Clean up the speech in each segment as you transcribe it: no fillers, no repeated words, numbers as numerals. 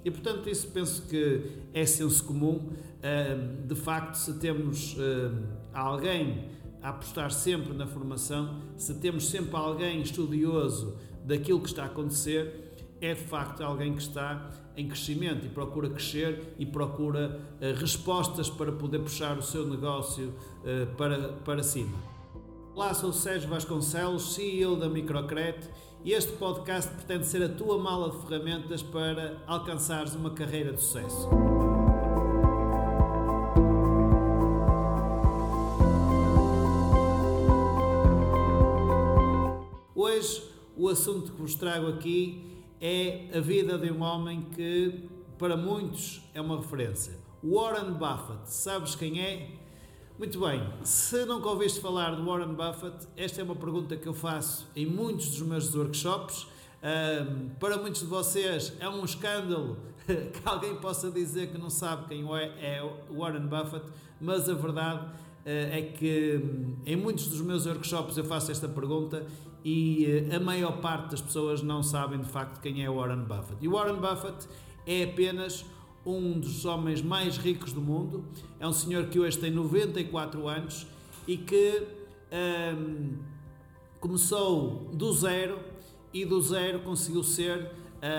E, portanto, isso penso que é senso comum. De facto, se temos alguém a apostar sempre na formação, se temos sempre alguém estudioso daquilo que está a acontecer, é de facto alguém que está em crescimento e procura crescer e procura respostas para poder puxar o seu negócio para cima. Olá, sou o Sérgio Vasconcelos, CEO da Microcred, e este podcast pretende ser a tua mala de ferramentas para alcançares uma carreira de sucesso. Hoje, o assunto que vos trago aqui é a vida de um homem que, para muitos, é uma referência. Warren Buffett. Sabes quem é? Muito bem, se nunca ouviste falar de Warren Buffett, esta é uma pergunta que eu faço em muitos dos meus workshops. Para muitos de vocês é um escândalo que alguém possa dizer que não sabe quem é Warren Buffett, mas a verdade é que em muitos dos meus workshops eu faço esta pergunta e a maior parte das pessoas não sabem de facto quem é Warren Buffett. E Warren Buffett é apenas um dos homens mais ricos do mundo. É um senhor que hoje tem 94 anos e que começou do zero e do zero conseguiu ser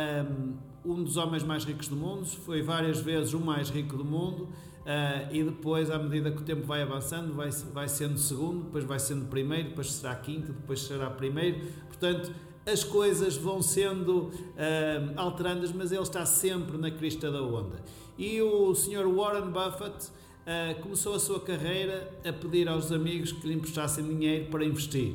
um dos homens mais ricos do mundo. Foi várias vezes o mais rico do mundo e depois, à medida que o tempo vai avançando, vai sendo segundo, depois vai sendo primeiro, depois será quinto, depois será primeiro. Portanto, as coisas vão sendo alterando, mas ele está sempre na crista da onda. E o Sr. Warren Buffett começou a sua carreira a pedir aos amigos que lhe emprestassem dinheiro para investir.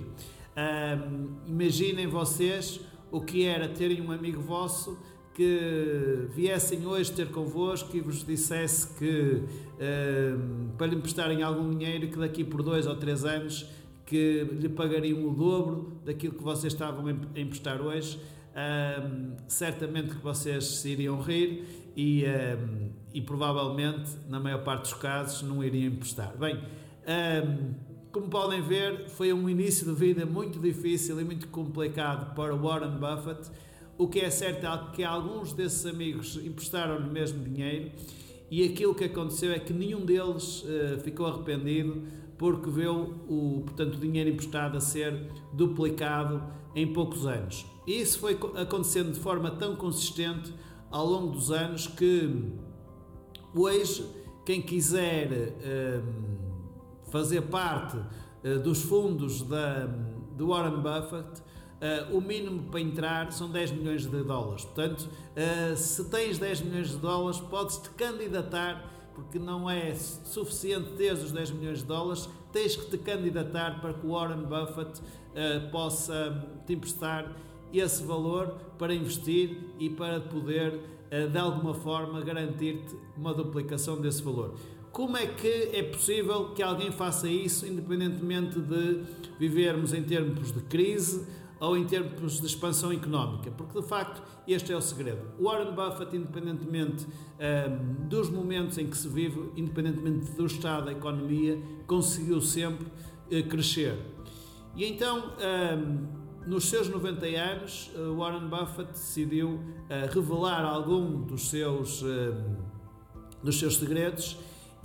Imaginem vocês o que era terem um amigo vosso que viessem hoje ter convosco e vos dissesse que para lhe emprestarem algum dinheiro, que daqui por 2 ou 3 anos que lhe pagariam o dobro daquilo que vocês estavam a emprestar hoje. Certamente que vocês se iriam rir e provavelmente, na maior parte dos casos, não iriam emprestar. Bem, como podem ver, foi um início de vida muito difícil e muito complicado para Warren Buffett. O que é certo é que alguns desses amigos emprestaram-lhe mesmo dinheiro e aquilo que aconteceu é que nenhum deles ficou arrependido, porque viu o dinheiro emprestado a ser duplicado em poucos anos. E isso foi acontecendo de forma tão consistente ao longo dos anos que hoje quem quiser fazer parte dos fundos do Warren Buffett, o mínimo para entrar são 10 milhões de dólares. Portanto, se tens 10 milhões de dólares, podes-te candidatar, porque não é suficiente ter os 10 milhões de dólares, tens que te candidatar para que o Warren Buffett possa te emprestar esse valor para investir e para poder, de alguma forma, garantir-te uma duplicação desse valor. Como é que é possível que alguém faça isso, independentemente de vivermos em tempos de crise ou em termos de expansão económica? Porque, de facto, este é o segredo. Warren Buffett, independentemente dos momentos em que se vive, independentemente do estado da economia, conseguiu sempre crescer. E então, nos seus 90 anos, Warren Buffett decidiu revelar algum dos seus segredos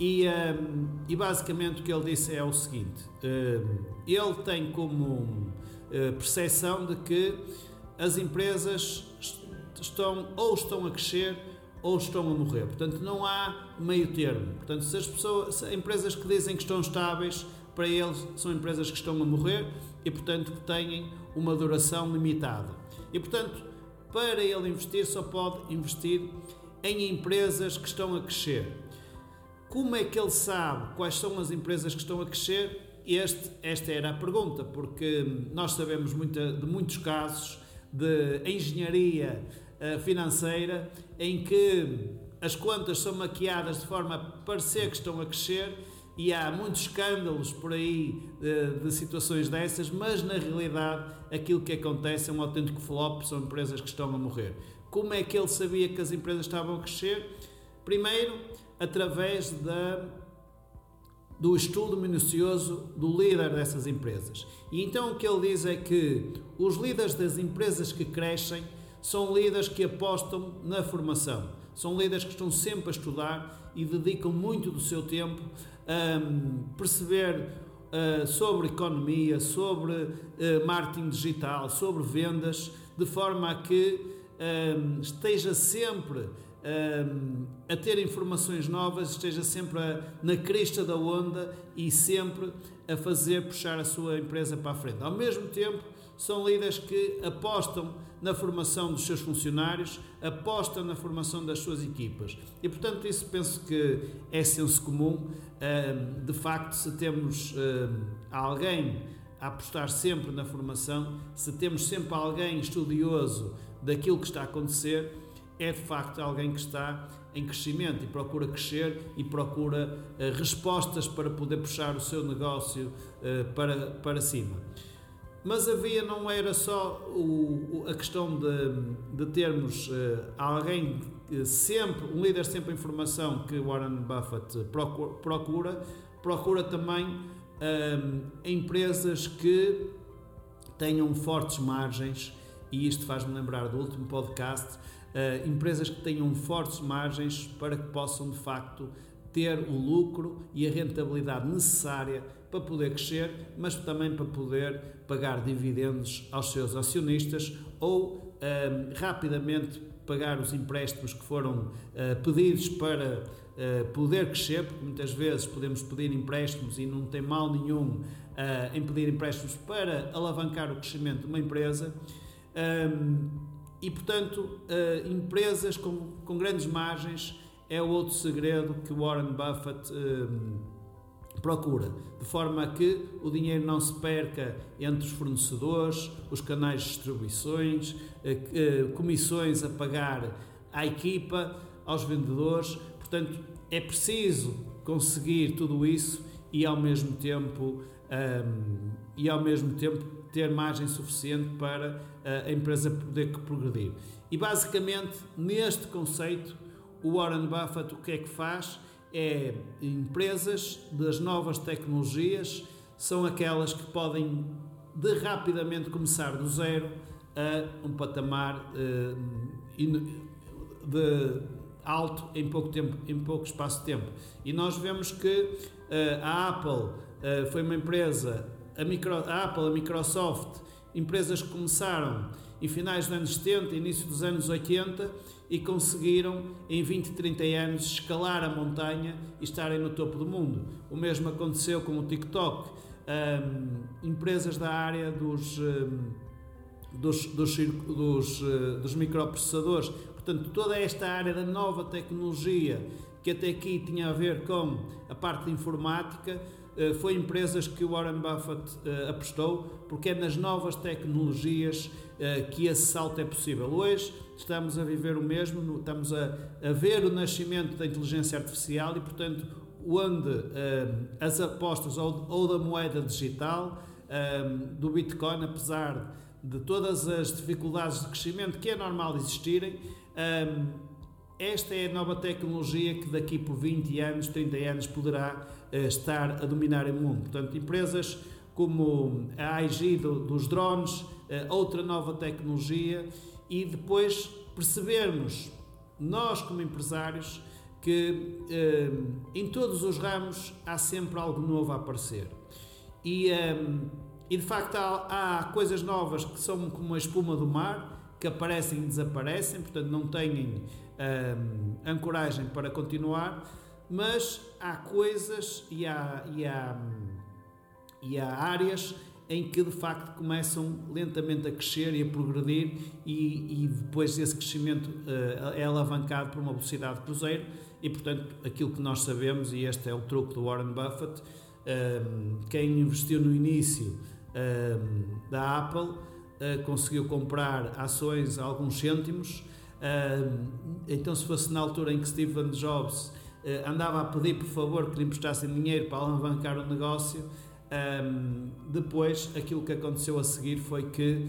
e basicamente o que ele disse é o seguinte: ele tem como percepção de que as empresas estão a crescer ou estão a morrer. Portanto, não há meio termo. Portanto, se empresas que dizem que estão estáveis, para eles são empresas que estão a morrer e, portanto, que têm uma duração limitada. E, portanto, para ele investir, só pode investir em empresas que estão a crescer. Como é que ele sabe quais são as empresas que estão a crescer? Esta era a pergunta, porque nós sabemos de muitos casos de engenharia financeira em que as contas são maquiadas de forma a parecer que estão a crescer e há muitos escândalos por aí de situações dessas, mas na realidade aquilo que acontece é um autêntico flop, são empresas que estão a morrer. Como é que ele sabia que as empresas estavam a crescer? Primeiro, através do estudo minucioso do líder dessas empresas. E então o que ele diz é que os líderes das empresas que crescem são líderes que apostam na formação. São líderes que estão sempre a estudar e dedicam muito do seu tempo a perceber sobre economia, sobre marketing digital, sobre vendas, de forma a que esteja sempre a ter informações novas, esteja sempre na crista da onda e sempre a fazer puxar a sua empresa para a frente. Ao mesmo tempo, são líderes que apostam na formação dos seus funcionários, apostam na formação das suas equipas. E, portanto, isso penso que é senso comum. De facto, se temos alguém a apostar sempre na formação, se temos sempre alguém estudioso daquilo que está a acontecer, é de facto alguém que está em crescimento e procura crescer e procura respostas para poder puxar o seu negócio para cima. Mas não era só a questão de termos alguém sempre, um líder sempre em formação que Warren Buffett procura também empresas que tenham fortes margens, e isto faz-me lembrar do último podcast, empresas que tenham fortes margens para que possam de facto ter o lucro e a rentabilidade necessária para poder crescer, mas também para poder pagar dividendos aos seus acionistas ou rapidamente pagar os empréstimos que foram pedidos para poder crescer, porque muitas vezes podemos pedir empréstimos e não tem mal nenhum em pedir empréstimos para alavancar o crescimento de uma empresa. E, portanto, empresas com grandes margens é o outro segredo que Warren Buffett procura, de forma a que o dinheiro não se perca entre os fornecedores, os canais de distribuições, comissões a pagar à equipa, aos vendedores. Portanto, é preciso conseguir tudo isso e ao mesmo tempo ter margem suficiente para a empresa poder progredir. E basicamente, neste conceito, o Warren Buffett o que é que faz? É empresas das novas tecnologias, são aquelas que podem rapidamente começar do zero a um patamar de alto em pouco tempo, em pouco espaço de tempo. E nós vemos que a Apple foi uma empresa, a Apple, a Microsoft, empresas que começaram em finais dos anos 70, início dos anos 80 e conseguiram em 20, 30 anos escalar a montanha e estarem no topo do mundo. O mesmo aconteceu com o TikTok. Empresas da área dos microprocessadores. Portanto, toda esta área da nova tecnologia que até aqui tinha a ver com a parte de informática, foi empresas que o Warren Buffett apostou, porque é nas novas tecnologias que esse salto é possível. Hoje estamos a viver o mesmo, estamos a ver o nascimento da inteligência artificial e, portanto, onde as apostas ou da moeda digital, do Bitcoin, apesar de todas as dificuldades de crescimento que é normal existirem, esta é a nova tecnologia que daqui por 20 anos, 30 anos poderá estar a dominar o mundo. Portanto, empresas como a AIG dos drones, outra nova tecnologia, e depois percebermos, nós como empresários, que em todos os ramos há sempre algo novo a aparecer. E de facto há coisas novas que são como a espuma do mar, que aparecem e desaparecem, portanto não têm ancoragem para continuar, mas há coisas e há áreas em que de facto começam lentamente a crescer e a progredir e depois esse crescimento é alavancado por uma velocidade de cruzeiro e, portanto, aquilo que nós sabemos, e este é o truque do Warren Buffett, quem investiu no início da Apple conseguiu comprar ações a alguns cêntimos. Então, se fosse na altura em que Steve Jobs andava a pedir por favor que lhe emprestassem dinheiro para alavancar o negócio, depois aquilo que aconteceu a seguir foi que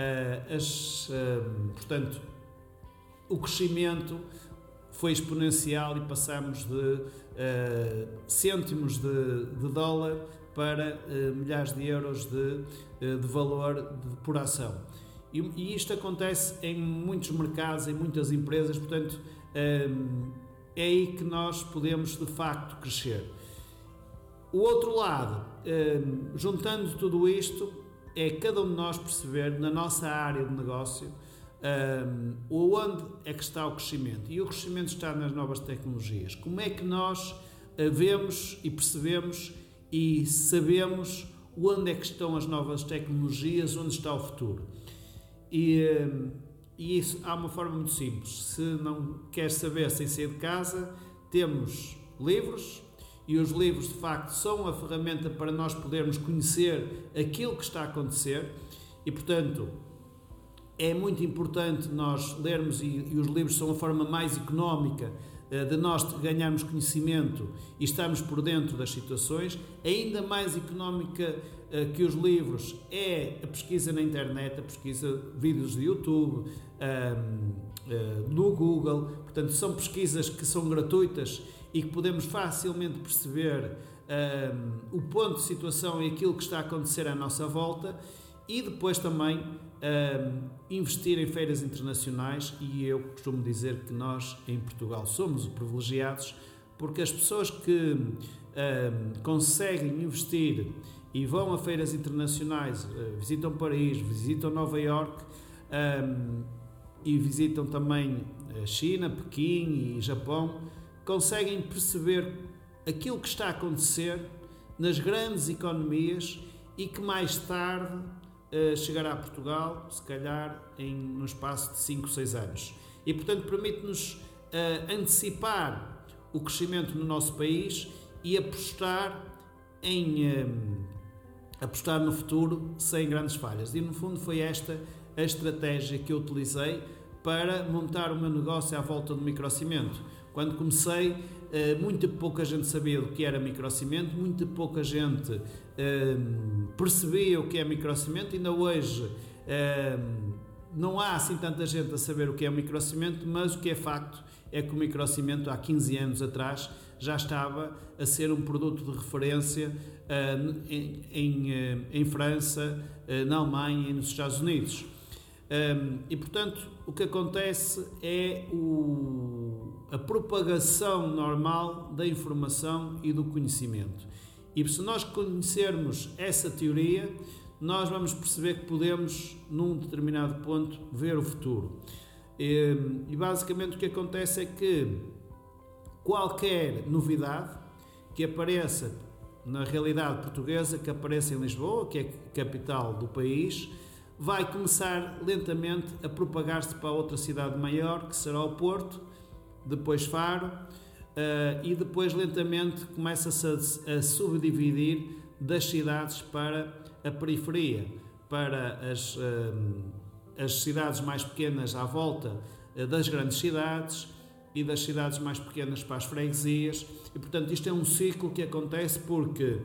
portanto, o crescimento foi exponencial e passamos de cêntimos de dólar para milhares de euros de valor por ação. E isto acontece em muitos mercados, em muitas empresas, portanto, é aí que nós podemos de facto crescer. O outro lado, juntando tudo isto, é cada um de nós perceber na nossa área de negócio onde é que está o crescimento. E o crescimento está nas novas tecnologias. Como é que nós vemos e percebemos e sabemos onde é que estão as novas tecnologias, onde está o futuro? E isso há uma forma muito simples. Se não quer saber sem sair de casa, temos livros, e os livros de facto são a ferramenta para nós podermos conhecer aquilo que está a acontecer, e portanto é muito importante nós lermos, e os livros são a forma mais económica de nós ganharmos conhecimento e estarmos por dentro das situações. Ainda mais económica que os livros é a pesquisa na internet, a pesquisa, vídeos de YouTube, no Google. Portanto, são pesquisas que são gratuitas e que podemos facilmente perceber o ponto de situação e aquilo que está a acontecer à nossa volta. E depois também investir em feiras internacionais, e eu costumo dizer que nós em Portugal somos privilegiados, porque as pessoas que conseguem investir e vão a feiras internacionais, visitam Paris, visitam Nova Iorque e visitam também China, Pequim e Japão, conseguem perceber aquilo que está a acontecer nas grandes economias e que mais tarde chegará a Portugal, se calhar no espaço de 5 ou 6 anos. E, portanto, permite-nos antecipar o crescimento no nosso país e apostar no futuro sem grandes falhas. E, no fundo, foi esta a estratégia que eu utilizei para montar o meu negócio à volta do microcimento. Quando comecei, muito pouca gente sabia do que era microcimento, muito pouca gente percebia o que é microcimento. Ainda hoje não há assim tanta gente a saber o que é microcimento, mas o que é facto é que o microcimento há 15 anos atrás já estava a ser um produto de referência em França, na Alemanha e nos Estados Unidos. E, portanto, o que acontece é a propagação normal da informação e do conhecimento. E se nós conhecermos essa teoria, nós vamos perceber que podemos, num determinado ponto, ver o futuro. E basicamente o que acontece é que qualquer novidade que apareça na realidade portuguesa, que apareça em Lisboa, que é a capital do país, vai começar lentamente a propagar-se para outra cidade maior, que será o Porto, depois Faro, e depois lentamente começa-se a subdividir das cidades para a periferia, para as cidades mais pequenas à volta das grandes cidades e das cidades mais pequenas para as freguesias. E, portanto, isto é um ciclo que acontece porque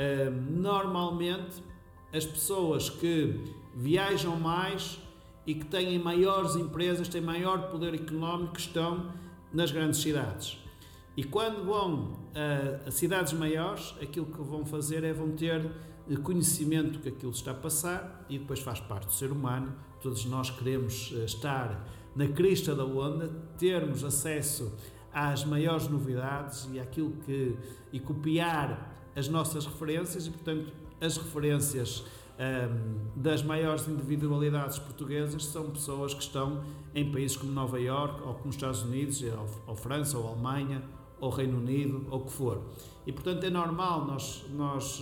normalmente as pessoas que viajam mais e que têm maiores empresas, têm maior poder económico, estão nas grandes cidades. E quando vão a cidades maiores, aquilo que vão fazer é vão ter conhecimento que aquilo está a passar, e depois faz parte do ser humano. Todos nós queremos estar na crista da onda, termos acesso às maiores novidades e copiar as nossas referências, e, portanto, as referências das maiores individualidades portuguesas são pessoas que estão em países como Nova Iorque, ou como Estados Unidos, ou França, ou Alemanha, ou Reino Unido, ou o que for. E, portanto, é normal nós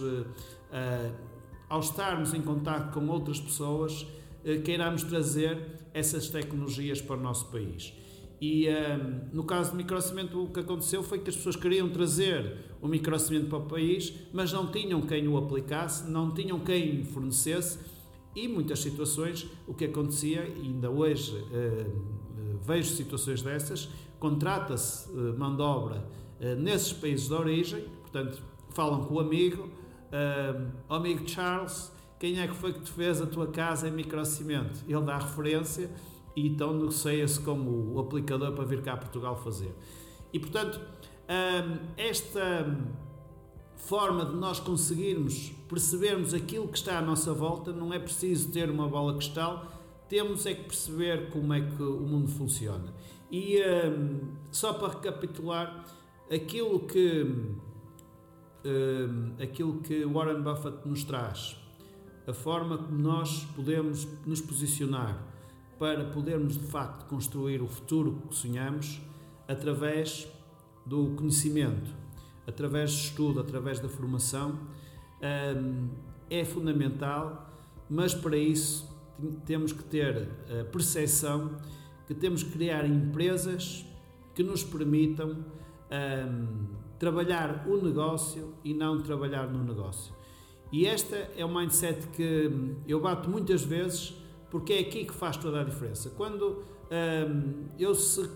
ao estarmos em contacto com outras pessoas, queiramos trazer essas tecnologias para o nosso país. E no caso do microcimento, o que aconteceu foi que as pessoas queriam trazer o microcimento para o país, mas não tinham quem o aplicasse, não tinham quem fornecesse, e muitas situações o que acontecia, e ainda hoje vejo situações dessas, contrata-se mão de obra nesses países de origem, portanto falam com o amigo, amigo Charles, quem é que foi que te fez a tua casa em microcimento? Ele dá a referência e então negocia-se com o aplicador para vir cá a Portugal fazer. E, portanto, esta forma de nós conseguirmos percebermos aquilo que está à nossa volta, não é preciso ter uma bola de cristal, temos é que perceber como é que o mundo funciona. E só para recapitular, aquilo que Warren Buffett nos traz, a forma como nós podemos nos posicionar para podermos de facto construir o futuro que sonhamos através do conhecimento, através do estudo, através da formação, é fundamental, mas para isso temos que ter a percepção que temos que criar empresas que nos permitam trabalhar o negócio e não trabalhar no negócio. E esta é o mindset que eu bato muitas vezes, porque é aqui que faz toda a diferença. Quando eu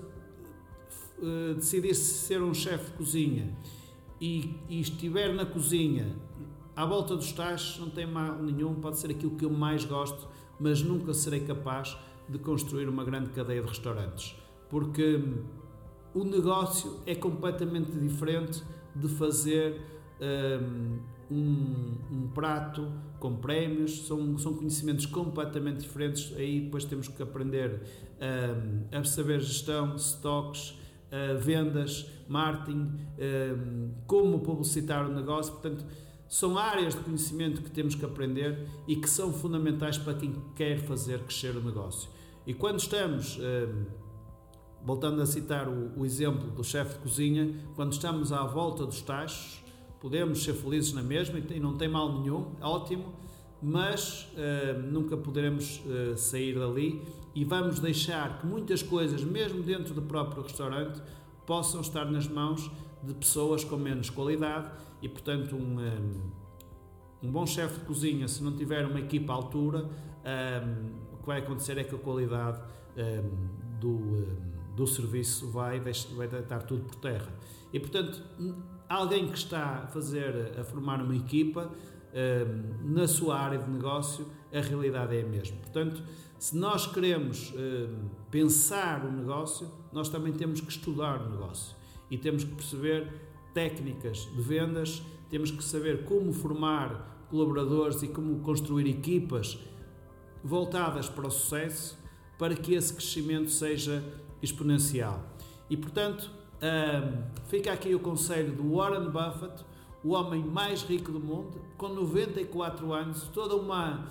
decidisse ser um chefe de cozinha e estiver na cozinha à volta dos tachos, não tem mal nenhum, pode ser aquilo que eu mais gosto, mas nunca serei capaz de construir uma grande cadeia de restaurantes, porque o negócio é completamente diferente de fazer um prato com prémios, são conhecimentos completamente diferentes. Aí depois temos que aprender a saber gestão, stocks, vendas, marketing, como publicitar o negócio. Portanto, são áreas de conhecimento que temos que aprender e que são fundamentais para quem quer fazer crescer o negócio. E quando estamos, voltando a citar o exemplo do chefe de cozinha, quando estamos à volta dos tachos, podemos ser felizes na mesma e não tem mal nenhum, ótimo, mas nunca poderemos sair dali e vamos deixar que muitas coisas, mesmo dentro do próprio restaurante, possam estar nas mãos de pessoas com menos qualidade e, portanto, um bom chefe de cozinha, se não tiver uma equipa à altura, o que vai acontecer é que a qualidade do serviço vai deitar tudo por terra. E, portanto, alguém que está a formar uma equipa na sua área de negócio, a realidade é a mesma. Portanto, se nós queremos pensar o negócio, nós também temos que estudar o negócio e temos que perceber técnicas de vendas, temos que saber como formar colaboradores e como construir equipas voltadas para o sucesso, para que esse crescimento seja exponencial. E, portanto, fica aqui o conselho do Warren Buffett, o homem mais rico do mundo, com 94 anos, toda uma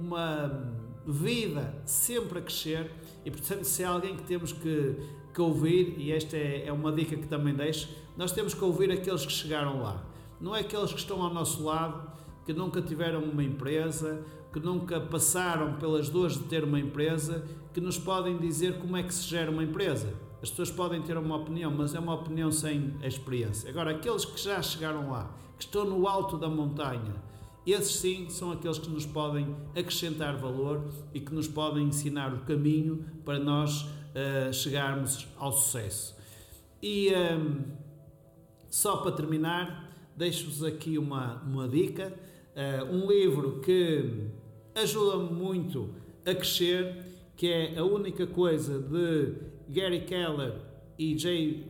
vida sempre a crescer. E, portanto, se é alguém que temos que ouvir, e esta é uma dica que também deixo, nós temos que ouvir aqueles que chegaram lá. Não é aqueles que estão ao nosso lado, que nunca tiveram uma empresa, que nunca passaram pelas dores de ter uma empresa, que nos podem dizer como é que se gera uma empresa. As pessoas podem ter uma opinião, mas é uma opinião sem experiência. Agora, aqueles que já chegaram lá, que estão no alto da montanha, esses sim são aqueles que nos podem acrescentar valor e que nos podem ensinar o caminho para nós chegarmos ao sucesso. E só para terminar, deixo-vos aqui uma dica, um livro que ajuda-me muito a crescer, que é A Única Coisa, de Gary Keller e Jay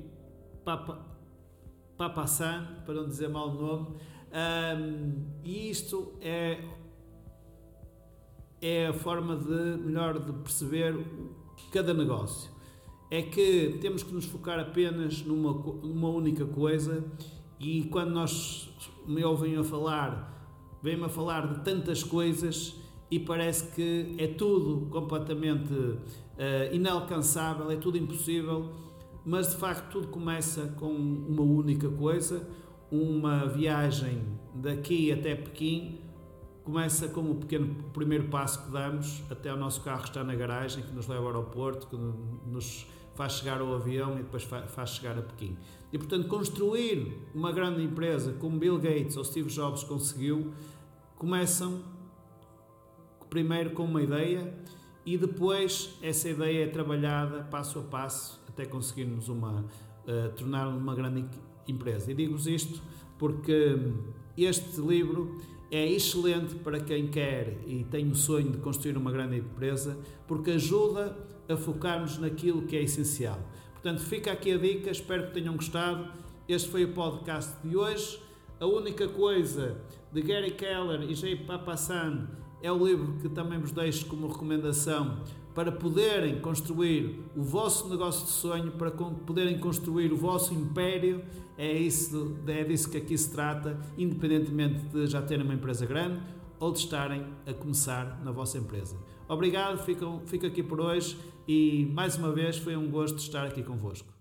Papasan, para não dizer mal o nome, e isto é a forma melhor de perceber cada negócio. É que temos que nos focar apenas numa única coisa, e quando me ouvem vêm-me a falar de tantas coisas e parece que é tudo completamente inalcançável, é tudo impossível, mas de facto tudo começa com uma única coisa. Uma viagem daqui até Pequim começa com o primeiro passo que damos até o nosso carro estar na garagem, que nos leva ao aeroporto, que nos faz chegar ao avião e depois faz chegar a Pequim. E, portanto, construir uma grande empresa como Bill Gates ou Steve Jobs conseguiu, começam primeiro com uma ideia e depois essa ideia é trabalhada passo a passo até conseguirmos tornar uma grande empresa. E digo-vos isto porque este livro é excelente para quem quer e tem o sonho de construir uma grande empresa, porque ajuda a focarmos naquilo que é essencial. Portanto, fica aqui a dica, espero que tenham gostado. Este foi o podcast de hoje. A Única Coisa, de Gary Keller e Jay Papasan, é o livro que também vos deixo como recomendação para poderem construir o vosso negócio de sonho, para poderem construir o vosso império. É disso que aqui se trata, independentemente de já terem uma empresa grande ou de estarem a começar na vossa empresa. Obrigado, fico aqui por hoje e mais uma vez foi um gosto estar aqui convosco.